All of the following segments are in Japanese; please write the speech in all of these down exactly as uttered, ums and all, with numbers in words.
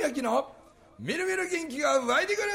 明のみるみる元気が湧いてくる。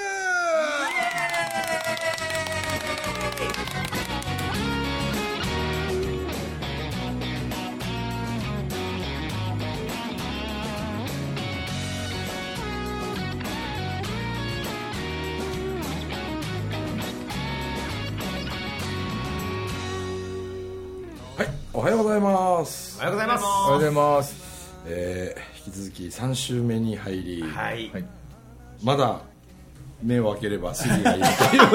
はい、おはようございます。 おはようございます。 おはようございます。 えー、引き続きさん週目に入り、 はい、はい、 まだ目を開ければ杉がいると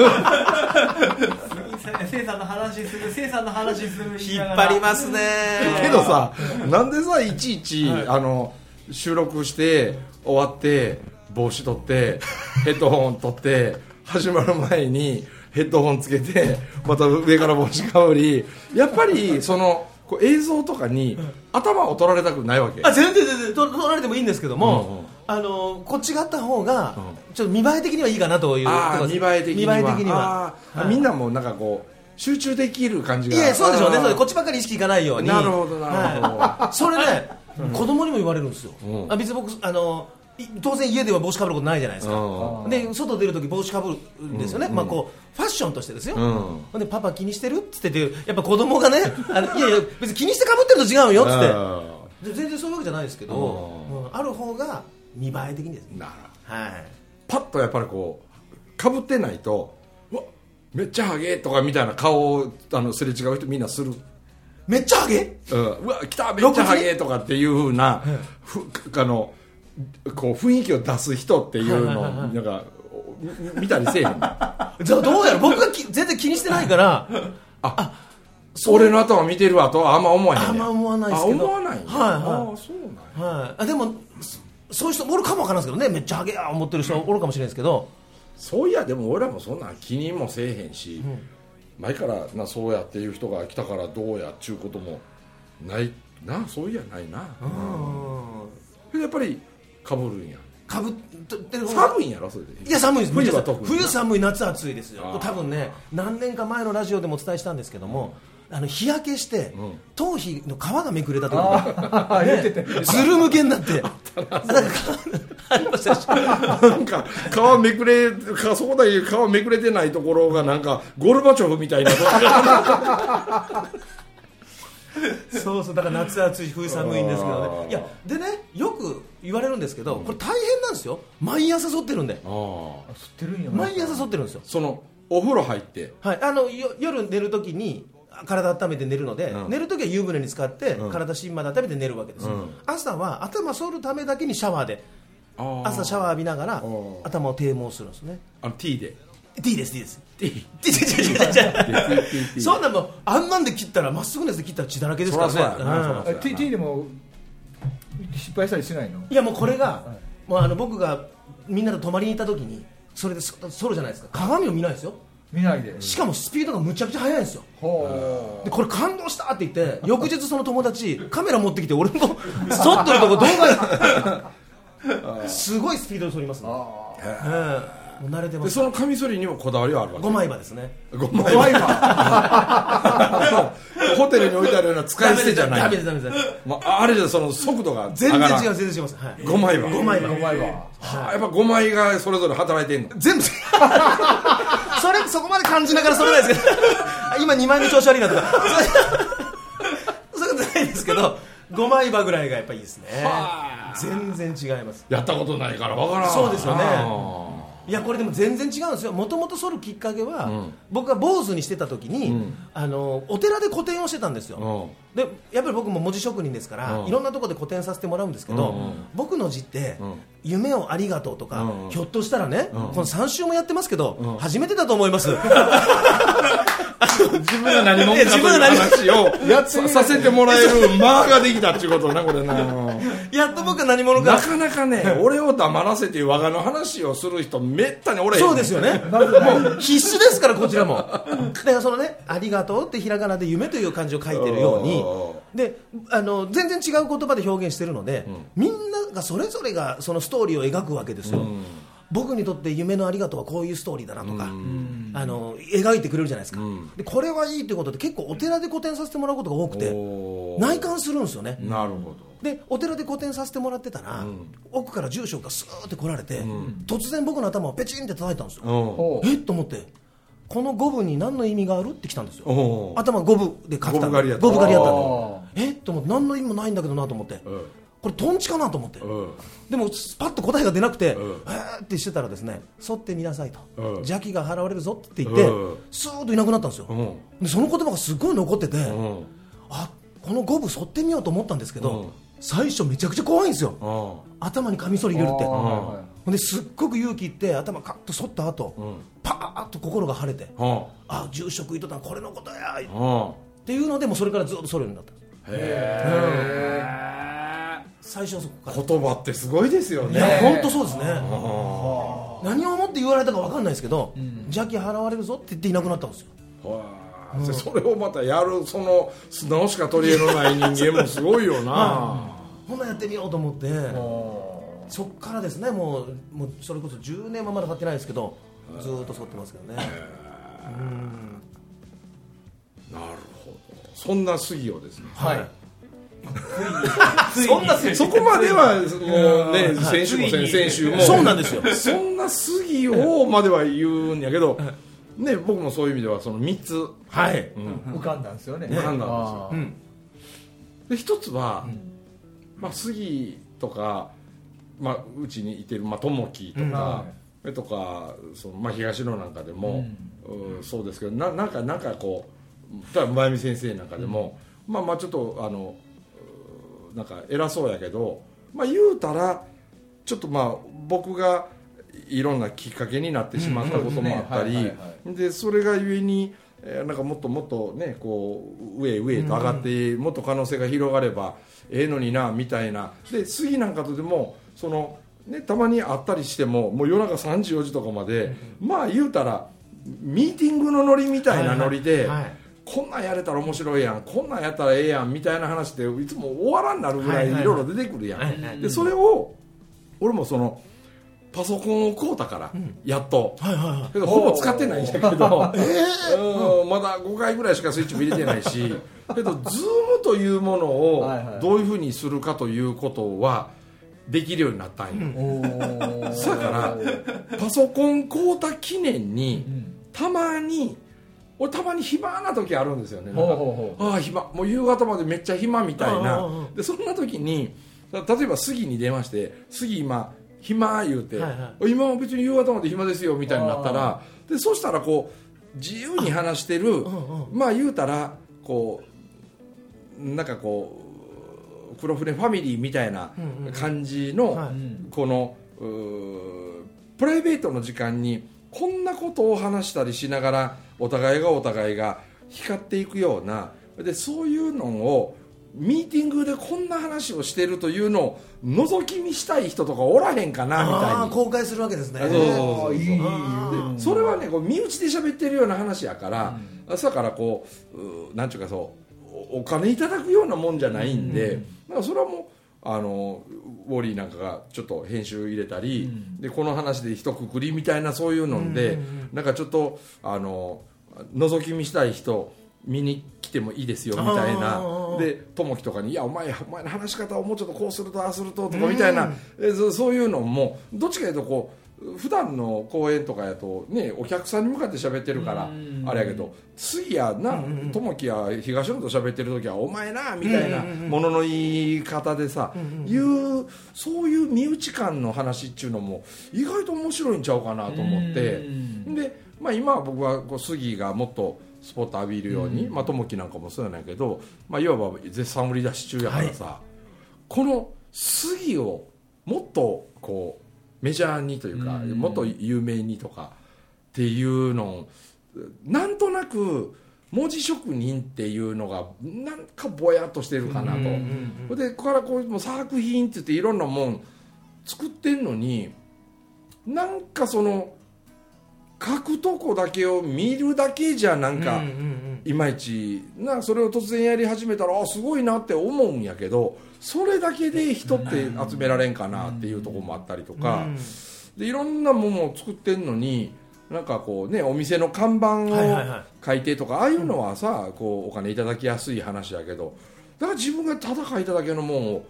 いうせいさんの話するせいさんの話する引っ張りますね。 けどさ、なんでさいちいち、はい、あの収録して終わって帽子取ってヘッドホン取って始まる前にヘッドホンつけてまた上から帽子かぶり、やっぱりそのこう映像とかに頭を取られたくないわけ。 あ、全然全然取られてもいいんですけども、うんうん、あのこっちがあった方がちょっと見栄え的にはいいかなという。 あ、見栄え的には、 見栄え的には、 はい、みんなもなんかこう集中できる感じが。 いや、そうでしょうね。そうでこっちばっかり意識いかないように。 なるほどなるほど、 はい、それね、うん、子供にも言われるんですよ、うん、あ、別に僕あの当然家では帽子かぶることないじゃないですか、うん、で外出るとき帽子かぶるんですよね、うん、まあ、こうファッションとしてですよ、うん、でパパ気にしてるって言ってて、やっぱ子供がねあのいやいや別に気にしてかぶってると違うよって全然そういうわけじゃないですけど、うん、ある方が見栄え的にですね。 なるほど、 はい、 パッとやっぱりこうかぶってないと、うわめっちゃハゲとかみたいな顔をあのすれ違う人みんなする。 めっちゃハゲ、 うん、うわ来ためっちゃハゲとかっていう風な、ふあのこう雰囲気を出す人っていうのをなんか見たりせえへん。じゃあどうやろ、僕がき全然気にしてないからああ俺の頭見てるわとはあんま思わへんねん。 あんま思わないですけど。 あ、思わない、ね、 はいはい、あ、 そうなんや、 はい、あ、でもそういう人おるかもわからんですけどね、めっちゃハゲや思ってる人おるかもしれないですけど、 そういやでも俺らもそんな気にもせえへんし、うん、前からなそうやっていう人が来たからどうやっちゅうこともないな。そういやないな。うん、やっぱりかぶるんや。 かぶってる寒いんやろそれで。 いや寒いです。 冬は特に冬寒い、夏暑いですよ。多分ね、何年か前のラジオでもお伝えしたんですけども、うん、あの日焼けして、うん、頭皮の皮がめくれたというか、ね、ずるむけになってありましたしなんか皮めくれか、そこだけ皮めくれてないところがなんかゴルバチョフみたいなそうそう、だから夏暑い冬寒いんですけどね。いやでね、よく言われるんですけど、これ大変なんですよ。毎朝剃ってるんで。あ、 剃ってるんや。 毎朝剃ってるんですよ。 そのお風呂入って、 はい、あの夜寝るときに体温めて寝るので、うん、寝るときは湯船に浸かって、うん、体芯まで温めて寝るわけですよ、うん、朝は頭剃るためだけにシャワーで、朝シャワー浴びながら頭を低毛するんですね。 あの T で T です T です T そんなもん、あんなんで切ったらまっすぐのやつで切ったら血だらけですからね。 T, T でも失敗したりしないの？ いやもうこれが、はい、もうあの僕がみんなと泊まりに行った時にそれで剃るじゃないですか。鏡を見ないですよ。 見ないで。 しかもスピードがむちゃくちゃ速いんですよ。でこれ感動したって言って翌日その友達カメラ持ってきて俺の剃ってるとこ動画すごいスピードで剃りますね。もう慣れてます。 でそのカミソリにもこだわりはあるわけ。 ごまい刃ですね。 ごまい刃ホテルに置いてあるような使い捨てじゃない。 ダメですダメです、 まあ、あれじゃその速度が全然違う全然違います、はい、 ごまい刃ごまい刃、 ごまい刃、 はあ、やっぱごまいがそれぞれ働いてんの全部それそこまで感じながらそれないですけど今にまいの調子悪いなとかそういうことないですけど、ごまい刃ぐらいがやっぱいいですね。全然違います。 やったことないからわからん。 そうですよね。いやこれでも全然違うんですよ。もともと剃るきっかけは、うん、僕が坊主にしてた時に、うん、あのお寺で個展をしてたんですよ、うん、でやっぱり僕も文字職人ですから、うん、いろんなところで個展させてもらうんですけど、うん、僕の字って、うん、夢をありがとうとか、うん、ひょっとしたらね、うん、このさん週もやってますけど、うん、初めてだと思います自分が何者かという話をやさせてもらえる間ができたっていうことな、これなやっと僕が何者か。 なかなかね俺を黙らせて我がの話をする人めったにおれへん。 そうですよねもう必死ですからこちらもだからそのね、ありがとうってひらがなで夢という漢字を書いてるようにで、あの全然違う言葉で表現してるので、うん、みんながそれぞれがそのストーリーを描くわけですよ、うん、僕にとって夢のありがとうはこういうストーリーだなとか、うん、あの描いてくれるじゃないですか、うん、でこれはいいということで結構お寺で個展させてもらうことが多くて内観するんですよね。 なるほど。 でお寺で個展させてもらってたら、うん、奥から住職がスーって来られて、うん、突然僕の頭をペチンって叩いたんですよ、うん、えっと思って、この五分に何の意味があるって来たんですよ。頭五分で書けたんで、五分狩りやったんで、えっと思って、何の意味もないんだけどなと思って、うん、これトンチかなと思って、うん、でもパッと答えが出なくて、うん、えーってしてたらですね、沿ってみなさいと、うん、邪気が払われるぞって言って、うん、スーッといなくなったんですよ、うん、でその言葉がすごい残ってて、うん、あ、この五分沿ってみようと思ったんですけど、うん、最初めちゃくちゃ怖いんですよ、うん、頭にカミソリ入れるって、うん、ですっごく勇気いって頭カッと反った後、うん、パーッと心が晴れて、うん、あ、住職いとったのこれのことや、うん、っていうのでもそれからずっとそれになった。へー、うん、最初はそこから。言葉ってすごいですよね。 本当そうですね。何を思って言われたか分かんないですけど、うん、邪気払われるぞって言っていなくなったんですよ。 うん、それをまたやるその素直しか取り柄のない人間もすごいよな。 ほんなやってみようと思って、そっからですね、もう、もうそれこそじゅうねんはまだ経ってないですけど、ずーっと沿ってますけどね。うん、 なるほど。そんな杉をですね、 はい、 そんなそこまではもうね、先週も先々週もそうなんですよ。 そんな杉をまでは言うんやけど、ね、僕もそういう意味ではそのみっつ、 はい、 うん、浮かんだんですよね。 浮かんだんですよ。うん、で一つは、うん、まあ、杉とか、まあ、うちにいてる、まあ、友樹とか、うん、とかその、まあ、東野なんかでも、うん、そうですけど、な、なんかなんかこう、例えば真由美先生なんかでも、うん、まあまあちょっとあのなんか偉そうやけど、まあ、言うたらちょっとまあ僕がいろんなきっかけになってしまったこともあったり、でそれがゆえに、えー、なんかもっともっとねこう上へ上へと上がって、うん、もっと可能性が広がればええのになみたいな。で杉なんかとでもその、ね、たまに会ったりしてももう夜中さんじよじとかまで、うん、まあ言うたらミーティングのノリみたいなノリで、はいはいはい、こんなんやれたら面白いやん、こんなんやったらええやんみたいな話っていつも終わらんなるぐらいいろいろ出てくるやん、はいはいはい、でそれを俺もそのパソコンを買うたからやっと、うんはいはいはい、けどほぼ使ってないんだけど、えーうん、まだごかいぐらいしかスイッチも入れてないしけど Zoom というものをどういうふうにするかということはできるようになったんよ。だからパソコン買うた記念にたまに俺たまに暇な時あるんですよね。なんかほうほうほう、ああ暇、もう夕方までめっちゃ暇みたいな。でそんな時に例えば杉に電話して杉今暇言うて、はいはい、今は別に夕方まで暇ですよみたいになったら、でそしたらこう自由に話してる、まあ言うたらこうなんかこう黒船ファミリーみたいな感じの、うんうんはい、このプライベートの時間にこんなことを話したりしながらお互いがお互いが光っていくようなで、そういうのをミーティングでこんな話をしてるというのを覗き見したい人とかおらへんかなみたいに。ああ、 公開するわけですね。 そうそうそうそう、いい、でそれはねこう身内で喋ってるような話やから、うん、だからこう、うなんちゅうかそうお金いただくようなもんじゃないんで、うん、だからそれはもうあのウォーリーなんかがちょっと編集入れたり、うん、でこの話で一括りみたいなそういうので、うんうんうん、なんかちょっとあの覗き見したい人見に来てもいいですよみたいな。で友樹とかにいやお前お前の話し方をもうちょっとこうするとああするととかみたいな、えそ, そういうのもどっちかというとこう普段の講演とかやとねお客さんに向かって喋ってるからあれやけど、次やな友樹や東野と喋ってる時はお前なみたいなものの言い方でさ、いうそういう身内間の話っていうのも意外と面白いんちゃうかなと思って、で、まあ、今は僕はこう杉がもっとスポット浴びるように、うん、まあ友樹なんかもそうやないけど、まあ、いわば絶賛売り出し中やからさ、はい、この杉をもっとこうメジャーにというか、うん、もっと有名にとかっていうのをなんとなく文字職人っていうのがなんかぼやっとしてるかなと、うんうんうん、でここからこうもう作品って言っていろんなもん作ってんのになんかその書くとこだけを見るだけじゃなんか、うんうんうん、いまいちな、それを突然やり始めたらあすごいなって思うんやけど、それだけで人って集められんかなっていうところもあったりとか、うんうん、でいろんなものを作ってんのになんかこうねお店の看板を書いてとか、はいはいはい、ああいうのはさこうお金いただきやすい話やけど、だから自分がただ書いただけのものを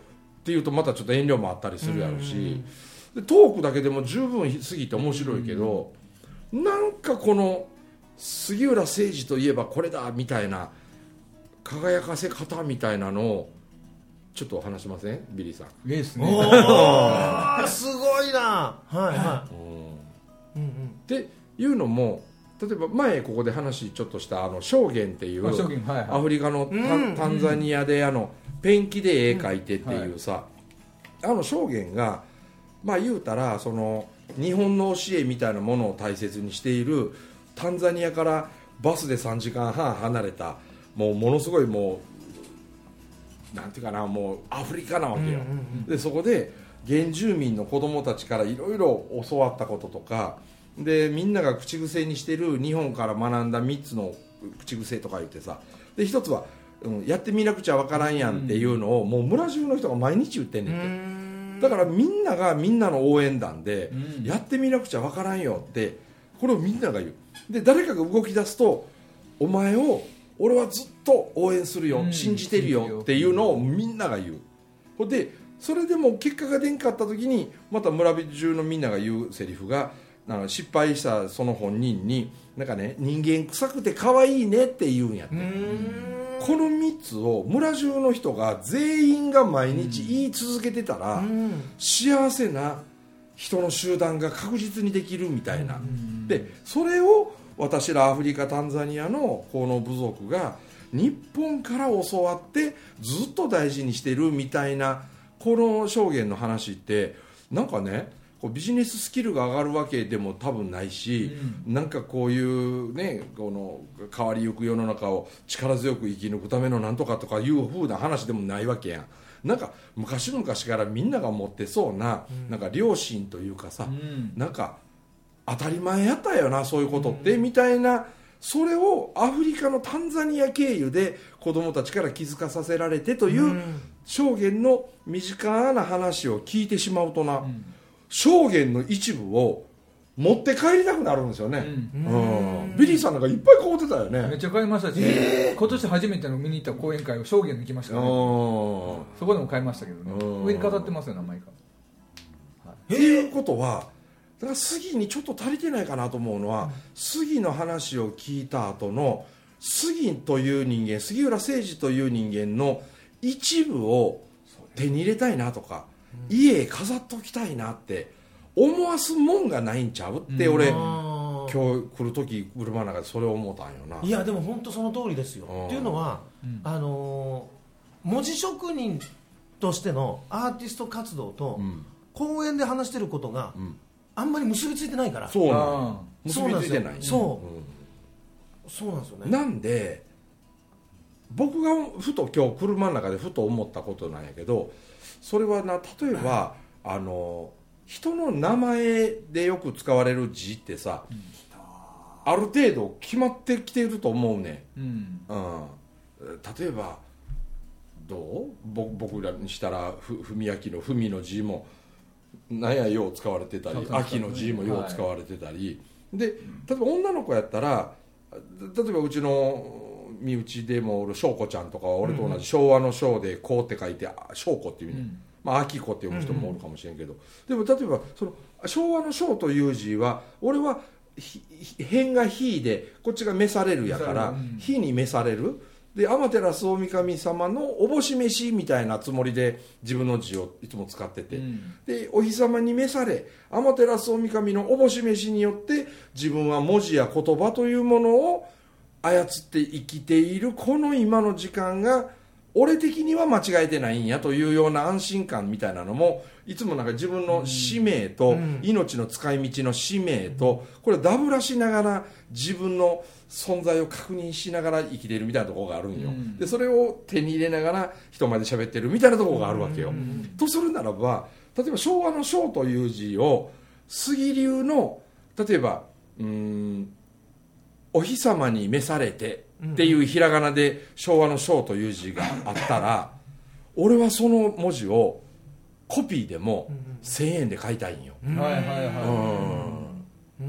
っていうとまたちょっと遠慮もあったりするやろうし、でトークだけでも十分過ぎて面白いけど、なんかこの杉浦誠二といえばこれだみたいな輝かせ方みたいなのをちょっと話しません？ビリーさん。 いいですね。 おーすごいな。はいはい。 うんうん、っていうのも、例えば前ここで話ちょっとしたあの証言っていう、 はいはい、 アフリカの タ,、うん、タンザニアであのペンキで絵描いてっていうさ、うんはい、あの証言がまあ言うたらその日本の教えみたいなものを大切にしているタンザニアからバスでさんじかんはん離れたもうものすごいもうなんていうかなもうアフリカなわけよ、うんうんうん、でそこで原住民の子供たちからいろいろ教わったこととかでみんなが口癖にしてる日本から学んだみっつの口癖とか言ってさで一つは、うん、やってみなくちゃわからんやんっていうのを、うん、もう村中の人が毎日言ってんねんてだからみんながみんなの応援団で、うん、やってみなくちゃわからんよってこれをみんなが言うで誰かが動き出すとお前を俺はずっと応援するよ、うん、信じてるよっていうのをみんなが言うでそれでも結果が出んかった時にまた村中のみんなが言うセリフがなんか失敗したその本人になんかね人間臭くて可愛いねって言うんやってこのみっつを村中の人が全員が毎日言い続けてたら幸せな人の集団が確実にできるみたいなでそれを私らアフリカタンザニアのこの部族が日本から教わってずっと大事にしてるみたいなこの証言の話ってなんかねこうビジネススキルが上がるわけでも多分ないし、うん、なんかこういうねこの変わりゆく世の中を力強く生き抜くためのなんとかとかいう風な話でもないわけやんなんか昔々からみんなが持ってそうな、うん、なんか良心というかさ、うん、なんか当たり前やったよなそういうことって、うん、みたいなそれをアフリカのタンザニア経由で子どもたちから気づかさせられてという証言の身近な話を聞いてしまうとな、うん証言の一部を持って帰りたくなるんですよね、うんうん、ビリーさんなんかいっぱい買うてたよねめっちゃ買いましたし、えー、今年初めての見に行った講演会を証言に行きましたねそこでも買いましたけどね上に飾ってますよ名前が、 はい、っていうことはだから杉にちょっと足りてないかなと思うのは、うん、杉の話を聞いた後の杉という人間杉浦誠二という人間の一部を手に入れたいなとか家へ飾っときたいなって思わすもんがないんちゃうって俺、うん、今日来る時車の中でそれを思ったんよないやでも本当その通りですよ、うん、っていうのは、うん、あのー、文字職人としてのアーティスト活動と、うん、講演で話してることが、うん、あんまり結びついてないからそうなん結びついてないそう、うん、そうなんですよねなんで僕がふと今日車の中でふと思ったことなんやけどそれはな例えばあの人の名前でよく使われる字ってさ、うん、ある程度決まってきていると思うね、うんうん、例えばどう僕らにしたらふ文明の文の字もなんやよう使われてたり秋の字もよう使われてたり、はい、で例えば女の子やったら例えばうちの身内でもおる翔子ちゃんとかは俺と同じ昭和の昭でこうって書いて翔子っていうね、うんまあ秋子って読む人もおるかもしれんけど、でも例えばその昭和の昭という字は俺は辺が非でこっちが召されるやから非に召されるで天照大神様のおぼし飯みたいなつもりで自分の字をいつも使ってて、うん、でお日様に召され天照大神のおぼし飯によって自分は文字や言葉というものを操って生きているこの今の時間が俺的には間違えてないんやというような安心感みたいなのもいつもなんか自分の使命と命の使い道の使命とこれダブらしながら自分の存在を確認しながら生きているみたいなところがあるんよ、でそれを手に入れながら人前で喋ってるみたいなところがあるわけよ、とするならば例えば昭和の昭という字を杉流の例えばうーんお日様に召されてっていうひらがなで昭和の昭という字があったら俺はその文字をコピーでもせんえんで買いたいんよ、はいはいはい、うん、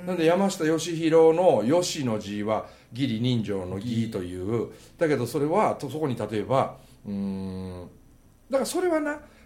なんで山下義弘の義の字は義理人情の義というだけどそれはそこに例えばうーんだからそれはな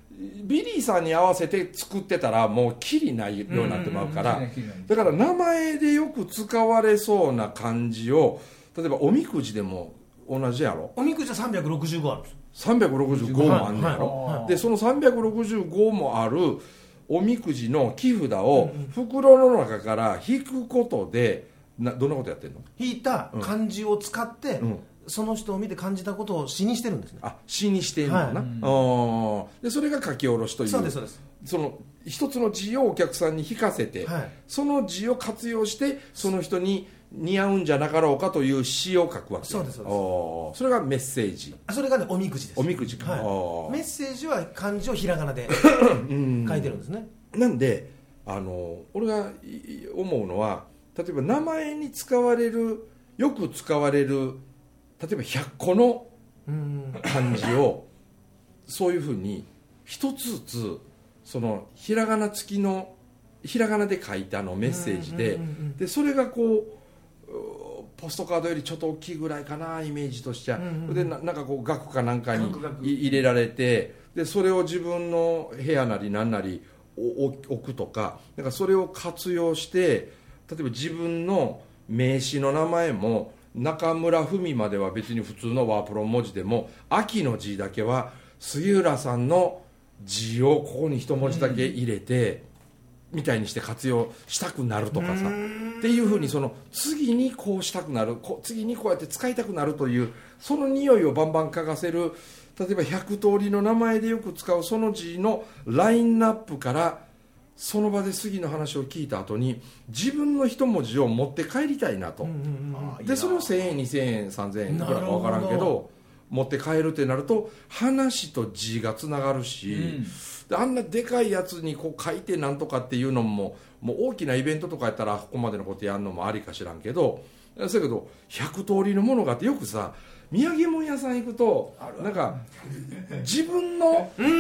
ビリーさんに合わせて作ってたらもうキリないようになってまうから、だから名前でよく使われそうな漢字を、例えばおみくじでも同じやろ。 おみくじはさんびゃくろくじゅうごあるんです。 さんびゃくろくじゅうごもあんねやろ、はいはいはい、でそのさんびゃくろくじゅうごもあるおみくじの木札を袋の中から引くことで、などんなことやってんの？ 引いた漢字を使って、うん、その人を見て感じたことを詩にしてるんですね。 あ、詩にしてるのかな、はい、でそれが書き下ろしという、 そうですそうです。 その一つの字をお客さんに引かせて、はい、その字を活用してその人に似合うんじゃなかろうかという詩を書くわけ。 そうですそうです。 それがメッセージ。 それがねおみくじです。 おみくじか、 はい、メッセージは漢字をひらがなで書いてるんですね。 なんであの俺が思うのは、例えば名前に使われる、よく使われる例えばひゃっこの漢字をそういうふうに一つずつそのひらがな付きのひらがなで書いたのメッセージで、でそれがこうポストカードよりちょっと大きいぐらいかな、イメージとしては、うんうん、で な, なんかこう額かなんかに入れられて、でそれを自分の部屋なりなんなり置くとか、なんかそれを活用して、例えば自分の名刺の名前も中村文までは別に普通のワープロ文字でも、秋の字だけは杉浦さんの字をここに一文字だけ入れて、うん、みたいにして活用したくなるとかさ、っていうふうにその次にこうしたくなる、次にこうやって使いたくなるというその匂いをバンバン嗅がせる、例えばひゃく通りの名前でよく使うその字のラインナップから、その場で杉の話を聞いた後に自分の一文字を持って帰りたいなと、うんうんうん、でそれをせんえんにせんえんさんぜんえんいくらか分からんけど持って帰るってなると話と字がつながるし、うん、であんなでかいやつにこう書いてなんとかっていうのも、もう大きなイベントとかやったらここまでのことやるのもありか知らんけど、だけどひゃく通りのものがあって、よくさ土産物屋さん行くとなんか自分の、 うん、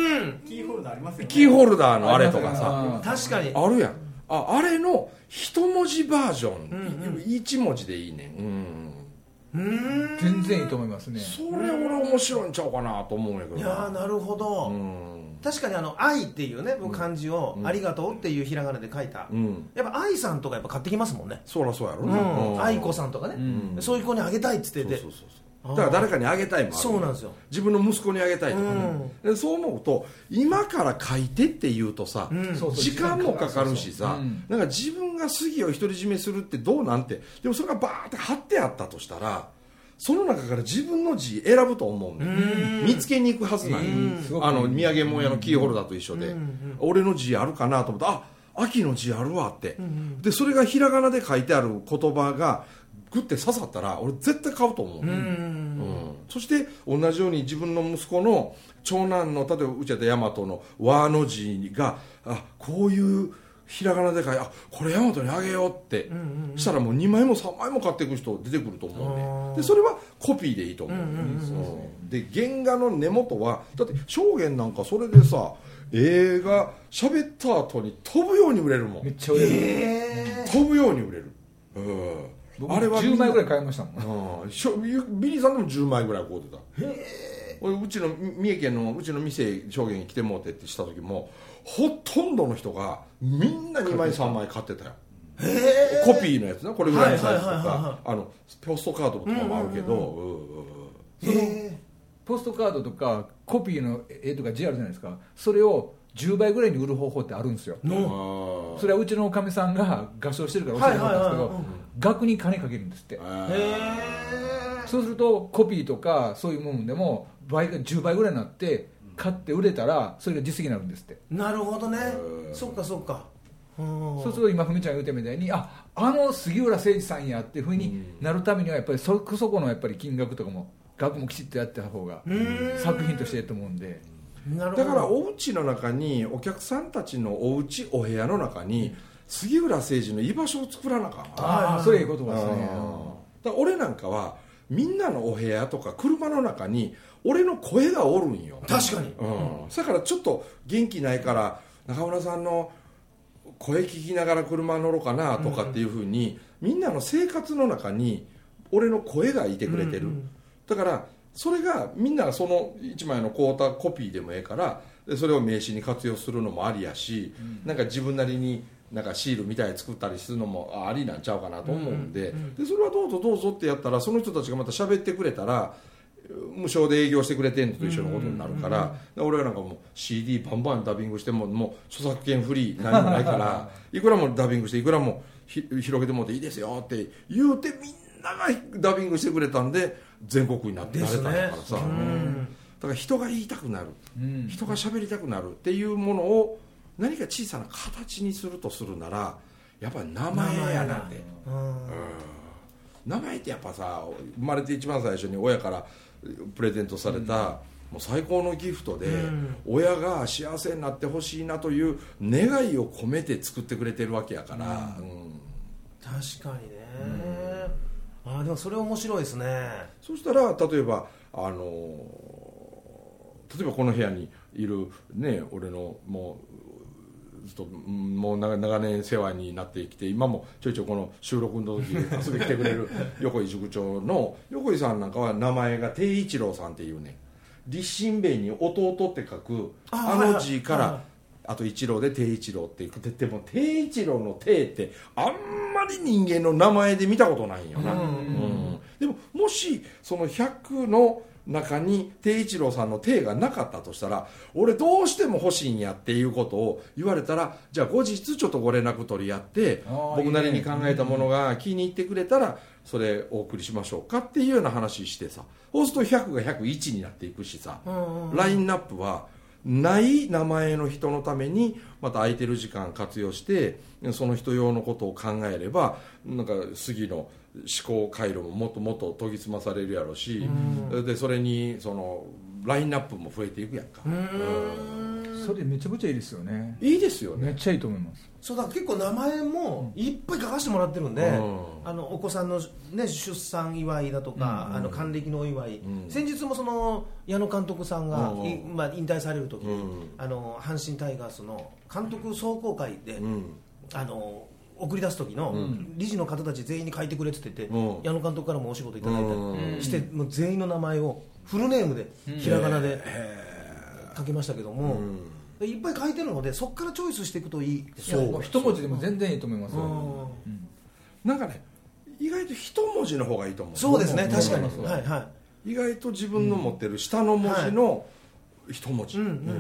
キーホルダーありますよね。 キーホルダーのあれとかさ、 確かにあるやん。 あ, あれの一文字バージョン、うんうん、一文字でいいねん、 うん、うん全然いいと思いますね。 それ俺面白いんちゃうかなと思うんやけど。 いやなるほど、うん、確かにあの愛っていうね漢字を、うん、ありがとうっていうひらがなで書いた、うん、やっぱ愛さんとかやっぱ買ってきますもんね。 そりゃそうやろね、 うん、愛子さんとかね、うん、そういう子にあげたいっつってて、 そうそうそうそう、だから誰かにあげたいもん。 そうなんですよ。 自分の息子にあげたいとかね、うん、でそう思うと今から書いてって言うとさ、うん、時間もかかるしさ、うん、なんか自分が杉を独り占めするってどうなんて、でもそれがバーって貼ってあったとしたらその中から自分の字選ぶと思うね、うん、見つけに行くはずない、うん、あの土産物屋のキーホルダーと一緒で、うん、俺の字あるかなと思って、あ秋の字あるわって、うん、でそれがひらがなで書いてある言葉がグッて刺さったら俺絶対買うと思う、うんうん、そして同じように自分の息子の長男の、例えばうちだった大和の和の字が、あこういうひらがなで書いて、あこれ大和にあげようって、うんうんうん、したらもうにまいもさんまいも買っていく人出てくると思うね。でそれはコピーでいいと思う、うんうんうん、で原画の根元はだって証言なんかそれでさ、映画喋った後に飛ぶように売れるもん。 めっちゃ売れる、 えー、飛ぶように売れる、うんあれはじゅうまいぐらい買いましたもん、 うん、ビリーさんでもじゅうまいぐらい買うてた。へ俺うちの三重県のうちの店証言に来てもうてってした時もほとんどの人がみんなにまいさんまい買ってたよ。へコピーのやつな、これぐらいのサイズとかポストカードとかもあるけど、 うんうんうん、そのポストカードとかコピーの絵とか字あるじゃないですか。それをじゅうばいぐらいに売る方法ってあるんですよ、うん、それはうちのおかみさんが合唱してるから教えてもらったんですけど、額に金かけるんですって。へそうするとコピーとかそういうものでも倍がじゅうばいぐらいになって買って売れたらそれが実績になるんですって。 なるほどね、そっかそっか。 そうすると今ふみちゃんが言うたみたいに、ああの杉浦誠二さんやっていうふうになるためにはやっぱりそこそこのやっぱり金額とかも額もきちっとやってた方が作品としていいと思うんで、 だからお家の中にお客さんたちのお家お部屋の中に杉浦誠二の居場所を作らなあかん。 ああそれいいことですね。 だ俺なんかはみんなのお部屋とか車の中に俺の声がおるんよ。 確かに、 うん、だからちょっと元気ないから中村さんの声聞きながら車乗ろうかなとかっていう風に、うん、みんなの生活の中に俺の声がいてくれてる、うんうん、だからそれがみんなそのいちまいの買うたコピーでもええからでそれを名刺に活用するのもありやし、うん、なんか自分なりになんかシールみたいに作ったりするのもありなんちゃうかなと思うんで、うんうん、でそれはどうぞどうぞってやったらその人たちがまた喋ってくれたら無償で営業してくれてんのと一緒のことになるから、うんうん、俺はなんかもう シーディー バンバンダビングしてももう著作権フリー何もないからいくらもダビングしていくらもひ広げてもらっていいですよって言うてみんながダビングしてくれたんで全国になってなれたんだからさ、ね、うん、だから人が言いたくなる、うん、人が喋りたくなるっていうものを何か小さな形にするとするならやっぱり名前やなんて、うん、名前ってやっぱさ生まれて一番最初に親からプレゼントされた、うん、もう最高のギフトで、うん、親が幸せになってほしいなという願いを込めて作ってくれてるわけやから、うんうん、 確かにね、うん、あでもそれ面白いですね。 そしたら例えばあの例えばこの部屋にいるね俺のもうずっともう長年世話になってきて今もちょいちょいこの収録の時遊びに来てくれる横井塾長の横井さんなんかは名前が定一郎さんっていうね立身弁に弟って書くあの字から、はいはい、あと一郎で定一郎って言っても定一郎の定ってあんまり人間の名前で見たことないんよな、うんうんうん、でももしそのひゃくの中に定一郎さんの定がなかったとしたら俺どうしても欲しいんやっていうことを言われたらじゃあ後日ちょっとご連絡取り合って僕なりに考えたものが気に入ってくれたらそれお送りしましょうかっていうような話してさそうするとひゃくがひゃくいちになっていくしさラインナップはない名前の人のためにまた空いてる時間活用してその人用のことを考えればなんか次の思考回路ももっともっと研ぎ澄まされるやろうし、うん、でそれにそのラインナップも増えていくやんか。うんうんそれめちゃくちゃいいですよね。 いいですよね。 めっちゃいいと思います。 そうだ結構名前もいっぱい書かせてもらってるんで、うん、あのお子さんの、ね、出産祝いだとか、うん、あの還暦のお祝い、うん、先日もその矢野監督さんが、うんまあ、引退される時に、うん、あの阪神タイガースの監督壮行会で、うん、あの送り出す時の理事の方たち全員に書いてくれって言ってて、うん、矢野監督からもお仕事いただいたりして、うん、もう全員の名前をフルネームでひらがなで書きましたけども、うん、いっぱい書いてるのでそこからチョイスしていくといいですよ。 そう一文字でも全然いいと思いますよ、うんうん、なんかね意外と一文字の方がいいと思う。 そうですね確かに、はいはい、 意外と自分の持ってる下の文字の一文字、うんうんうんうん、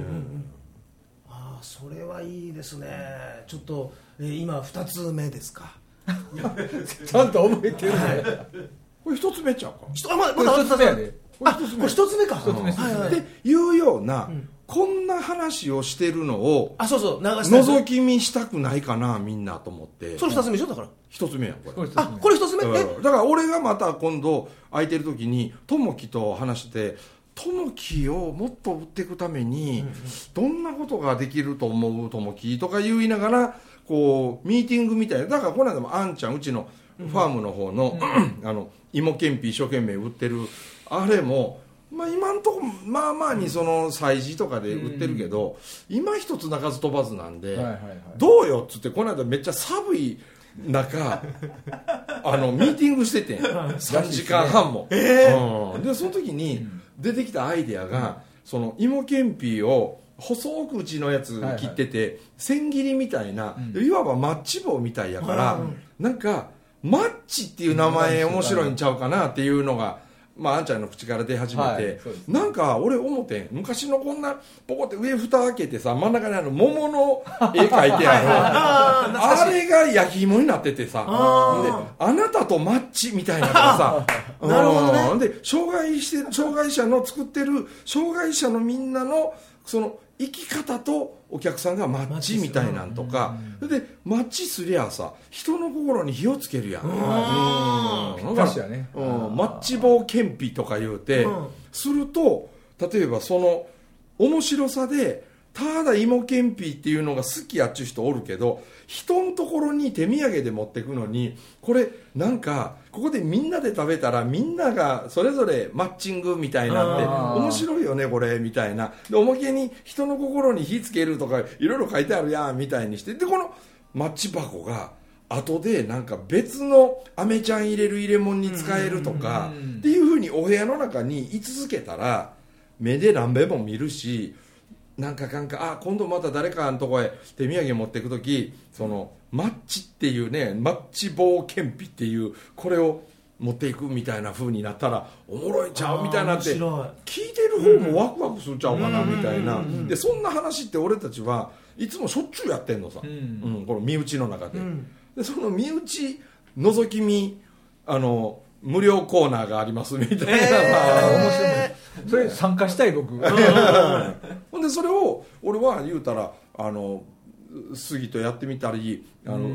あそれはいいですね。ちょっと、えー、今ふたつめですかちゃんと覚えてるね、はい、 これひとつめちゃうかあ、まだまだひとつめやであこれひとつめかひとつめ、 はいはい、でいうような、うん、こんな話をしてるのをあそうそう流覗き見したくないかなみんなと思ってそれふたつめでしょだからひとつめやこれあこれひとつめ、えだから俺がまた今度空いてる時に友樹と話して友樹をもっと売っていくためにどんなことができると思う友樹とか言いながらこうミーティングみたいなだからこの間もあんちゃんうちのファームの方の、うん、あの芋けんぴ一生懸命売ってるあれも、まあ、今んとこまあまあにその催事とかで売ってるけど、うん、今一つ鳴かず飛ばずなんで、はいはいはい、どうよっつってこの間めっちゃ寒い中あのミーティングしててさんじかんはんも、えーうん、でその時に出てきたアイデアが、うん、その芋けんぴを細くうちのやつ切ってて、はいはい、千切りみたいな、うん、いわばマッチ棒みたいやから、うん、なんかマッチっていう名前面白いんちゃうかなっていうのが、まあ、あんちゃんの口から出始めて、はいね、なんか俺思って昔のこんなポコって上蓋開けてさ真ん中にある桃の絵描いてあるあ, あれが焼き芋になっててさあであなたとマッチみたいなのがさなるほどねで障害して障害者の作ってる障害者のみんなのその生き方とお客さんがマッチみたいなんとかでマッチすりゃさ人の心に火をつけるやんうん確かにねうんマッチ棒けんぴとか言うてすると例えばその面白さでただ芋けんぴっていうのが好きやっちゅう人おるけど人のところに手土産で持ってくのにこれなんかここでみんなで食べたらみんながそれぞれマッチングみたいなって面白いよねこれみたいなでおまけに人の心に火つけるとかいろいろ書いてあるやんみたいにしてでこのマッチ箱が後でなんか別のアメちゃん入れる入れ物に使えるとかっていう風にお部屋の中に居続けたら目で何べんも見るしなんかかんかあ今度また誰かのとこへ手土産持っていくときそのマッチっていうねマッチ棒顕微っていうこれを持っていくみたいな風になったらおもろいちゃうみたいなって聞いてる方もワクワクするちゃうかなみたいなでそんな話って俺たちはいつもしょっちゅうやってんのさ、うんうん、この身内の中で、うん、でその身内覗き見あの無料コーナーがありますみたいな、えー、面白いそれ参加したい僕ほんでそれを俺は言うたらあの杉とやってみたりあの、うん、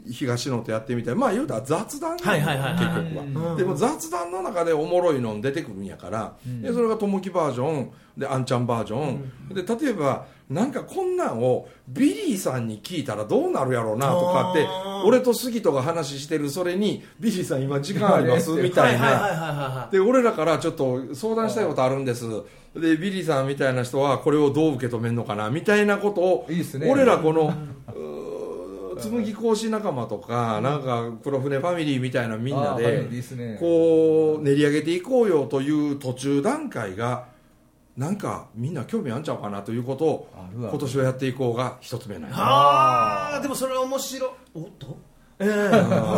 東野とやってみたりまあ言うたら雑談結局はでも雑談の中でおもろいの出てくるんやから、うん、でそれがともきバージョンであんちゃんバージョン、うん、で例えばなんかこんなんをビリーさんに聞いたらどうなるやろうなとかって俺と杉とが話してるそれにビリーさん今時間ありますみたいなで俺らからちょっと相談したいことあるんですでビリーさんみたいな人はこれをどう受け止めるのかなみたいなことをいいっすね、 俺らこの紬講師仲間とかなんか黒船ファミリーみたいなみんなでこう練り上げていこうよという途中段階がなんかみんな興味あんちゃうかなということを今年はやっていこうが一つ目なんや。 ああでもそれ面白いおっとえー、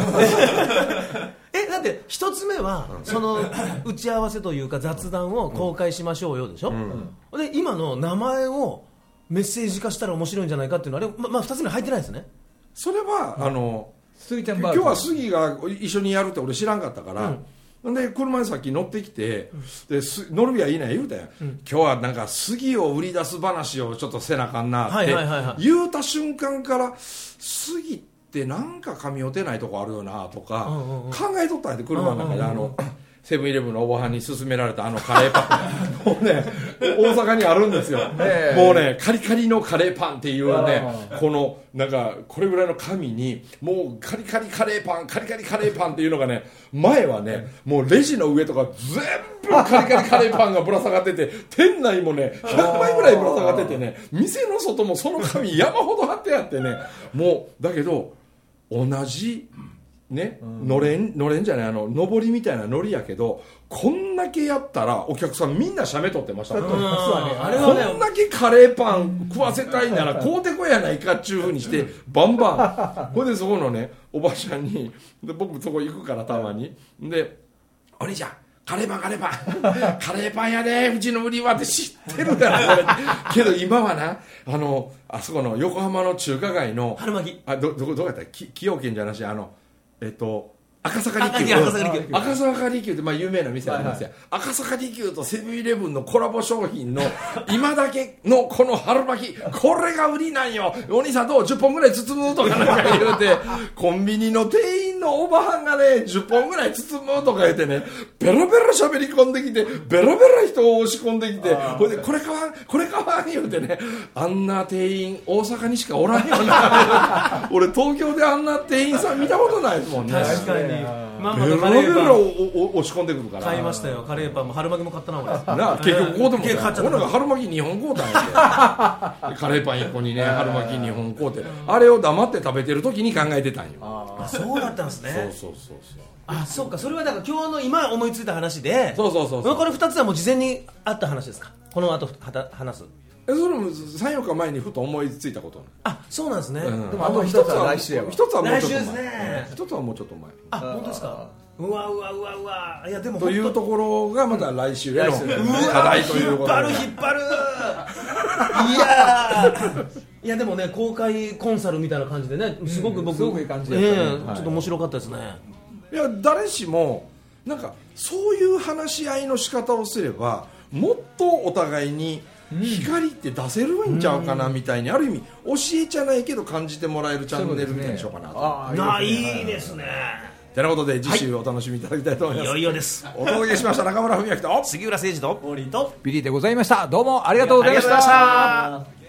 えだって一つ目はその打ち合わせというか雑談を公開しましょうよでしょ、うん、で今の名前をメッセージ化したら面白いんじゃないかっていうのはあれ、ままあ、ふたつめ入ってないですねそれは、うん、あの杉ちゃん今日は杉が一緒にやるって俺知らんかったから、うん、で車にさっき乗ってきて、うん、で乗るびはいいね言うたやん、うん、今日はなんか杉を売り出す話をちょっとせなあかんなって言うた瞬間から杉ってなんか噛み合ってないとこあるよなとか、うんうんうん、考えとったんやで車の中で、うんうんうん、あのセブンイレブンのおばはんに勧められたあのカレーパンもうね大阪にあるんですよ、えー、もうねカリカリのカレーパンっていうねこのなんかこれぐらいの紙にもうカリカリカレーパンカリカリカレーパンっていうのがね前はねもうレジの上とか全部カリカリカレーパンがぶら下がってて店内もねひゃくまいぐらいぶら下がっててね店の外もその紙山ほど貼ってあってねもうだけど同じね、うん、のれんのれんじゃないあの上りみたいなのりやけどこんだけやったらお客さんみんな写メ撮ってました、うん、こんだけカレーパン食わせたいなら買うてこやないかっちゅうふうにしてバンバンこれでそこのねおばちゃんにで僕そこ行くからたまにでお兄ちゃんカレーパンカレーパンカレーパンやでうちの売りはって知ってるからけど今はなあのあそこの横浜の中華街の春巻きあどどこどこやったら崎陽軒じゃなしあのえっと赤坂離宮赤坂離宮赤坂離宮ってまあ有名な店ありますよ、はいはい、赤坂離宮とセブンイレブンのコラボ商品の今だけのこの春巻きこれが売りなんよお兄さんどうじゅっぽんぐらい包むとかなんか言うてコンビニの店員のおばはんがねじゅっぽんぐらい包むとか言ってねベロベロ喋り込んできてベロベロ人を押し込んできてこれでこれ買わんこれ買わん言うてねあんな店員大阪にしかおらんよな俺東京であんな店員さん見たことないですもんね確かにまんまとカレーパンベロベロ押し込んでくるから買いましたよカレーパンも春巻きも買ったな俺な結局こうでも俺が春巻きにほん買うたんやでカレーパンいっこにね春巻きにほん買うてあれを黙って食べてる時に考えてたんよあそうだったんですねそうそうそうそうあそうかそれはだから今日の今思いついた話でそうそうそうそうこれふたつはもう事前にあった話ですかこの後話すえそれもさんよっかまえにふと思いついたことあそうなんですね、うん、 でもあと一つは来週やわ一つはもうちょっと前来週ですね一つはもうちょっと前あ本当ですかうわうわうわうわいやでもというところがまた来週への課題ということで引っ張る引っ張るいやいやでもね公開コンサルみたいな感じでねすごく僕、うん、すごくいい感じで、ねえーはい、ちょっと面白かったですねいや誰しもなんかそういう話し合いの仕方をすればもっとお互いに光って出せるんちゃうかなみたいに、ある意味教えちゃないけど感じてもらえるチャンネルみたいにしようかなと。 ああいいですね。 てなことで次週お楽しみいただきたいと思います。 いよいよです。 お届けしました中村文明と杉浦誠二とビリーでございました。どうもありがとうございました。